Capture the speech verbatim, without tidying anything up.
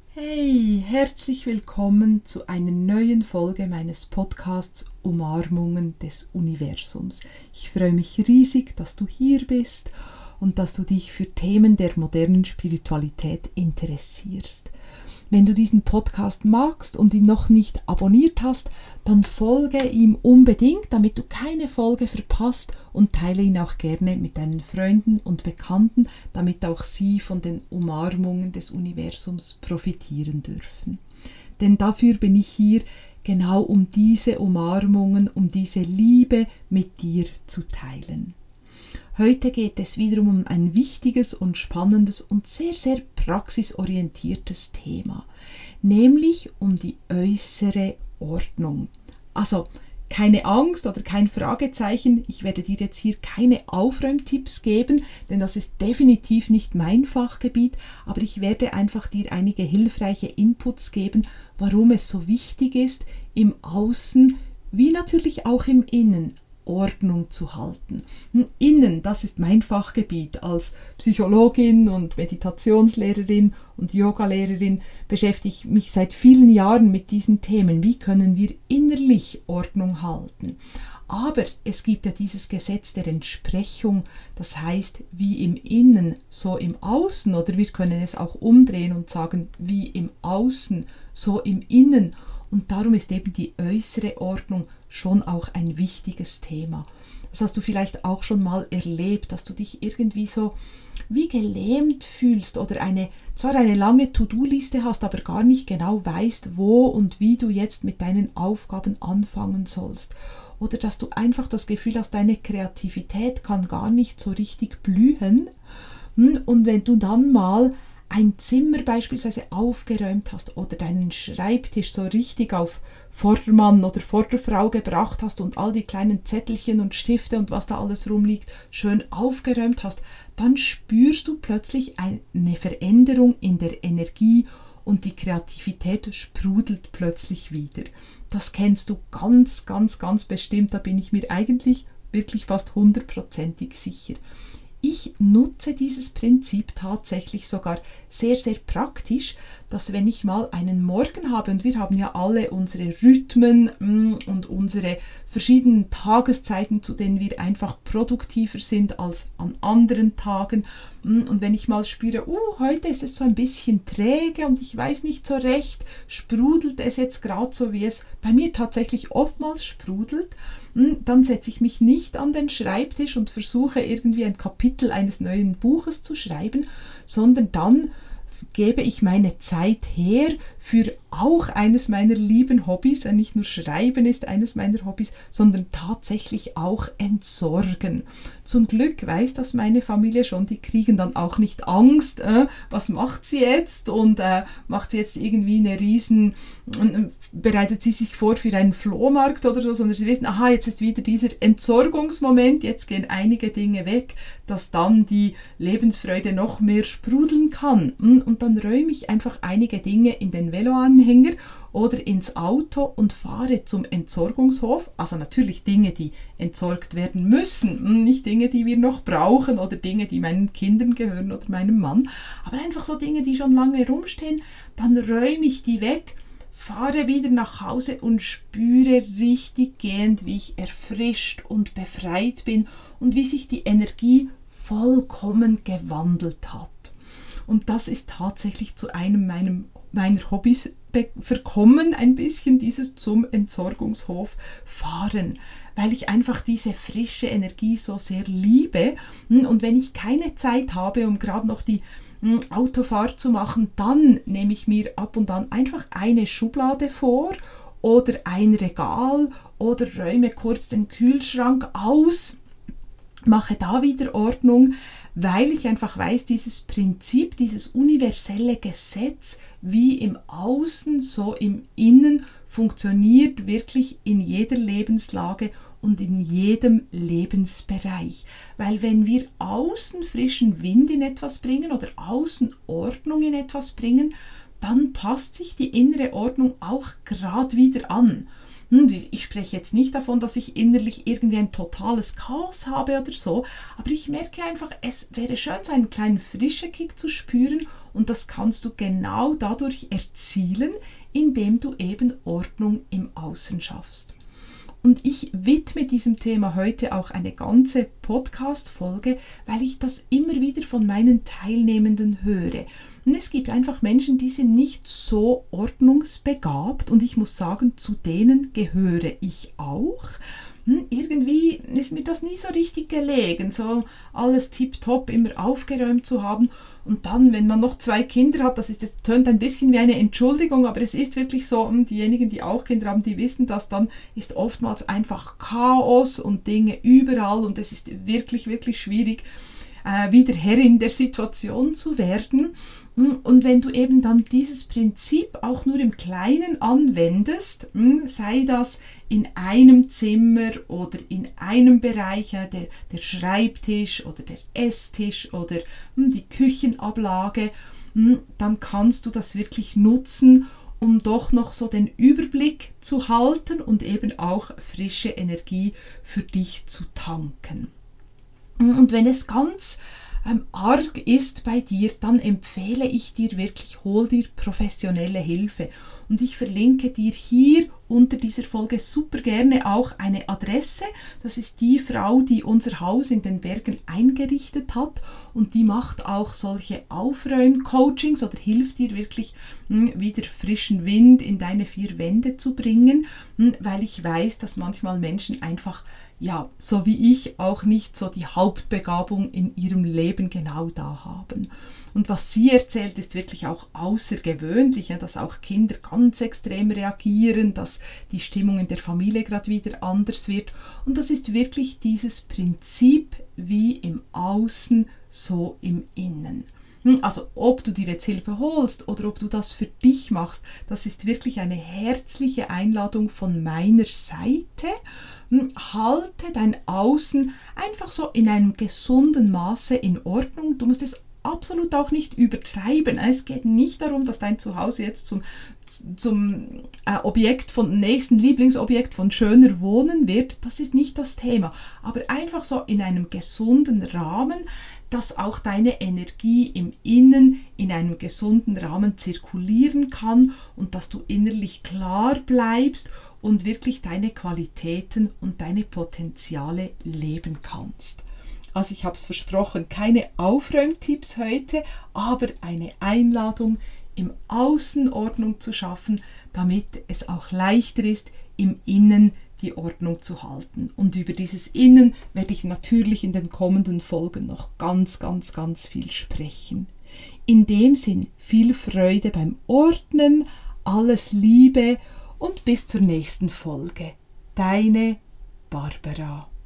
Hey, herzlich willkommen zu einer neuen Folge meines Podcasts Umarmungen des Universums. Ich freue mich riesig, dass du hier bist und dass du dich für Themen der modernen Spiritualität interessierst. Wenn du diesen Podcast magst und ihn noch nicht abonniert hast, dann folge ihm unbedingt, damit du keine Folge verpasst, und teile ihn auch gerne mit deinen Freunden und Bekannten, damit auch sie von den Umarmungen des Universums profitieren dürfen. Denn dafür bin ich hier, genau um diese Umarmungen, um diese Liebe mit dir zu teilen. Heute geht es wiederum um ein wichtiges und spannendes und sehr, sehr praxisorientiertes Thema, nämlich um die äußere Ordnung. Also keine Angst oder kein Fragezeichen, ich werde dir jetzt hier keine Aufräumtipps geben, denn das ist definitiv nicht mein Fachgebiet, aber ich werde einfach dir einige hilfreiche Inputs geben, warum es so wichtig ist, im Außen wie natürlich auch im Innen Ordnung zu halten. Innen, das ist mein Fachgebiet. Als Psychologin und Meditationslehrerin und Yogalehrerin beschäftige ich mich seit vielen Jahren mit diesen Themen. Wie können wir innerlich Ordnung halten? Aber es gibt ja dieses Gesetz der Entsprechung, das heißt, wie im Innen, so im Außen, oder wir können es auch umdrehen und sagen, wie im Außen, so im Innen. Und darum ist eben die äußere Ordnung schon auch ein wichtiges Thema. Das hast du vielleicht auch schon mal erlebt, dass du dich irgendwie so wie gelähmt fühlst oder eine, zwar eine lange To-Do-Liste hast, aber gar nicht genau weißt, wo und wie du jetzt mit deinen Aufgaben anfangen sollst. Oder dass du einfach das Gefühl hast, deine Kreativität kann gar nicht so richtig blühen. Und wenn du dann mal ein Zimmer beispielsweise aufgeräumt hast oder deinen Schreibtisch so richtig auf Vordermann oder Vorderfrau gebracht hast und all die kleinen Zettelchen und Stifte und was da alles rumliegt schön aufgeräumt hast, dann spürst du plötzlich eine Veränderung in der Energie und die Kreativität sprudelt plötzlich wieder. Das kennst du ganz, ganz, ganz bestimmt, da bin ich mir eigentlich wirklich fast hundertprozentig sicher. Ich nutze dieses Prinzip tatsächlich sogar sehr, sehr praktisch, dass wenn ich mal einen Morgen habe, und wir haben ja alle unsere Rhythmen und unsere verschiedenen Tageszeiten, zu denen wir einfach produktiver sind als an anderen Tagen, und wenn ich mal spüre, uh, heute ist es so ein bisschen träge und ich weiß nicht so recht, sprudelt es jetzt gerade so, wie es bei mir tatsächlich oftmals sprudelt, dann setze ich mich nicht an den Schreibtisch und versuche irgendwie ein Kapitel eines neuen Buches zu schreiben, sondern dann gebe ich meine Zeit her für auch eines meiner lieben Hobbys, nicht nur Schreiben ist eines meiner Hobbys, sondern tatsächlich auch Entsorgen. Zum Glück weiß das meine Familie schon, die kriegen dann auch nicht Angst, äh, was macht sie jetzt und äh, macht sie jetzt irgendwie eine riesen, äh, bereitet sie sich vor für einen Flohmarkt oder so, sondern sie wissen, aha, jetzt ist wieder dieser Entsorgungsmoment, jetzt gehen einige Dinge weg, dass dann die Lebensfreude noch mehr sprudeln kann. Und dann räume ich einfach einige Dinge in den Veloanhänger oder ins Auto und fahre zum Entsorgungshof. Also natürlich Dinge, die entsorgt werden müssen, nicht Dinge, die wir noch brauchen oder Dinge, die meinen Kindern gehören oder meinem Mann, aber einfach so Dinge, die schon lange rumstehen. Dann räume ich die weg, fahre wieder nach Hause und spüre richtig gehend, wie ich erfrischt und befreit bin und wie sich die Energie vollkommen gewandelt hat. Und das ist tatsächlich zu einem meinem, meiner Hobbys be- verkommen, ein bisschen dieses zum Entsorgungshof fahren, weil ich einfach diese frische Energie so sehr liebe. Und wenn ich keine Zeit habe, um gerade noch die Autofahrt zu machen, dann nehme ich mir ab und an einfach eine Schublade vor oder ein Regal oder räume kurz den Kühlschrank aus, mache da wieder Ordnung, weil ich einfach weiß, dieses Prinzip, dieses universelle Gesetz, wie im Außen, so im Innen, funktioniert wirklich in jeder Lebenslage und in jedem Lebensbereich. Weil wenn wir außen frischen Wind in etwas bringen oder außen Ordnung in etwas bringen, dann passt sich die innere Ordnung auch gerade wieder an. Ich spreche jetzt nicht davon, dass ich innerlich irgendwie ein totales Chaos habe oder so, aber ich merke einfach, es wäre schön, so einen kleinen frischen Kick zu spüren, und das kannst du genau dadurch erzielen, indem du eben Ordnung im Außen schaffst. Und ich widme diesem Thema heute auch eine ganze Podcast-Folge, weil ich das immer wieder von meinen Teilnehmenden höre. Und es gibt einfach Menschen, die sind nicht so ordnungsbegabt, und ich muss sagen, zu denen gehöre ich auch. Hm, irgendwie ist mir das nie so richtig gelegen, so alles tipptopp immer aufgeräumt zu haben. Und dann, wenn man noch zwei Kinder hat, das, ist, das tönt ein bisschen wie eine Entschuldigung, aber es ist wirklich so, diejenigen, die auch Kinder haben, die wissen das, dann ist oftmals einfach Chaos und Dinge überall, und es ist wirklich, wirklich schwierig, äh, wieder Herrin der Situation zu werden. Und wenn du eben dann dieses Prinzip auch nur im Kleinen anwendest, sei das in einem Zimmer oder in einem Bereich, der, der Schreibtisch oder der Esstisch oder die Küchenablage, dann kannst du das wirklich nutzen, um doch noch so den Überblick zu halten und eben auch frische Energie für dich zu tanken. Und wenn es ganz ähm, arg ist bei dir, dann empfehle ich dir wirklich, hol dir professionelle Hilfe. Und ich verlinke dir hier unter dieser Folge super gerne auch eine Adresse. Das ist die Frau, die unser Haus in den Bergen eingerichtet hat, und die macht auch solche Aufräum-Coachings oder hilft dir wirklich mh, wieder frischen Wind in deine vier Wände zu bringen, mh, weil ich weiß, dass manchmal Menschen einfach, ja, so wie ich, auch nicht so die Hauptbegabung in ihrem Leben genau da haben. Und was sie erzählt, ist wirklich auch außergewöhnlich, ja, dass auch Kinder ganz extrem reagieren, dass die Stimmung in der Familie gerade wieder anders wird. Und das ist wirklich dieses Prinzip, wie im Außen, so im Innen. Also ob du dir jetzt Hilfe holst oder ob du das für dich machst, das ist wirklich eine herzliche Einladung von meiner Seite. Halte dein Außen einfach so in einem gesunden Maße in Ordnung. Du musst es absolut auch nicht übertreiben. Es geht nicht darum, dass dein Zuhause jetzt zum, zum äh, Objekt von nächsten Lieblingsobjekt von schöner Wohnen wird. Das ist nicht das Thema. Aber einfach so in einem gesunden Rahmen, dass auch deine Energie im Innen in einem gesunden Rahmen zirkulieren kann und dass du innerlich klar bleibst und wirklich deine Qualitäten und deine Potenziale leben kannst. Also ich habe es versprochen, keine Aufräumtipps heute, aber eine Einladung, im Außen Ordnung zu schaffen, damit es auch leichter ist, im Innen die Ordnung zu halten. Und über dieses Innen werde ich natürlich in den kommenden Folgen noch ganz, ganz, ganz viel sprechen. In dem Sinn, viel Freude beim Ordnen, alles Liebe und bis zur nächsten Folge. Deine Barbara.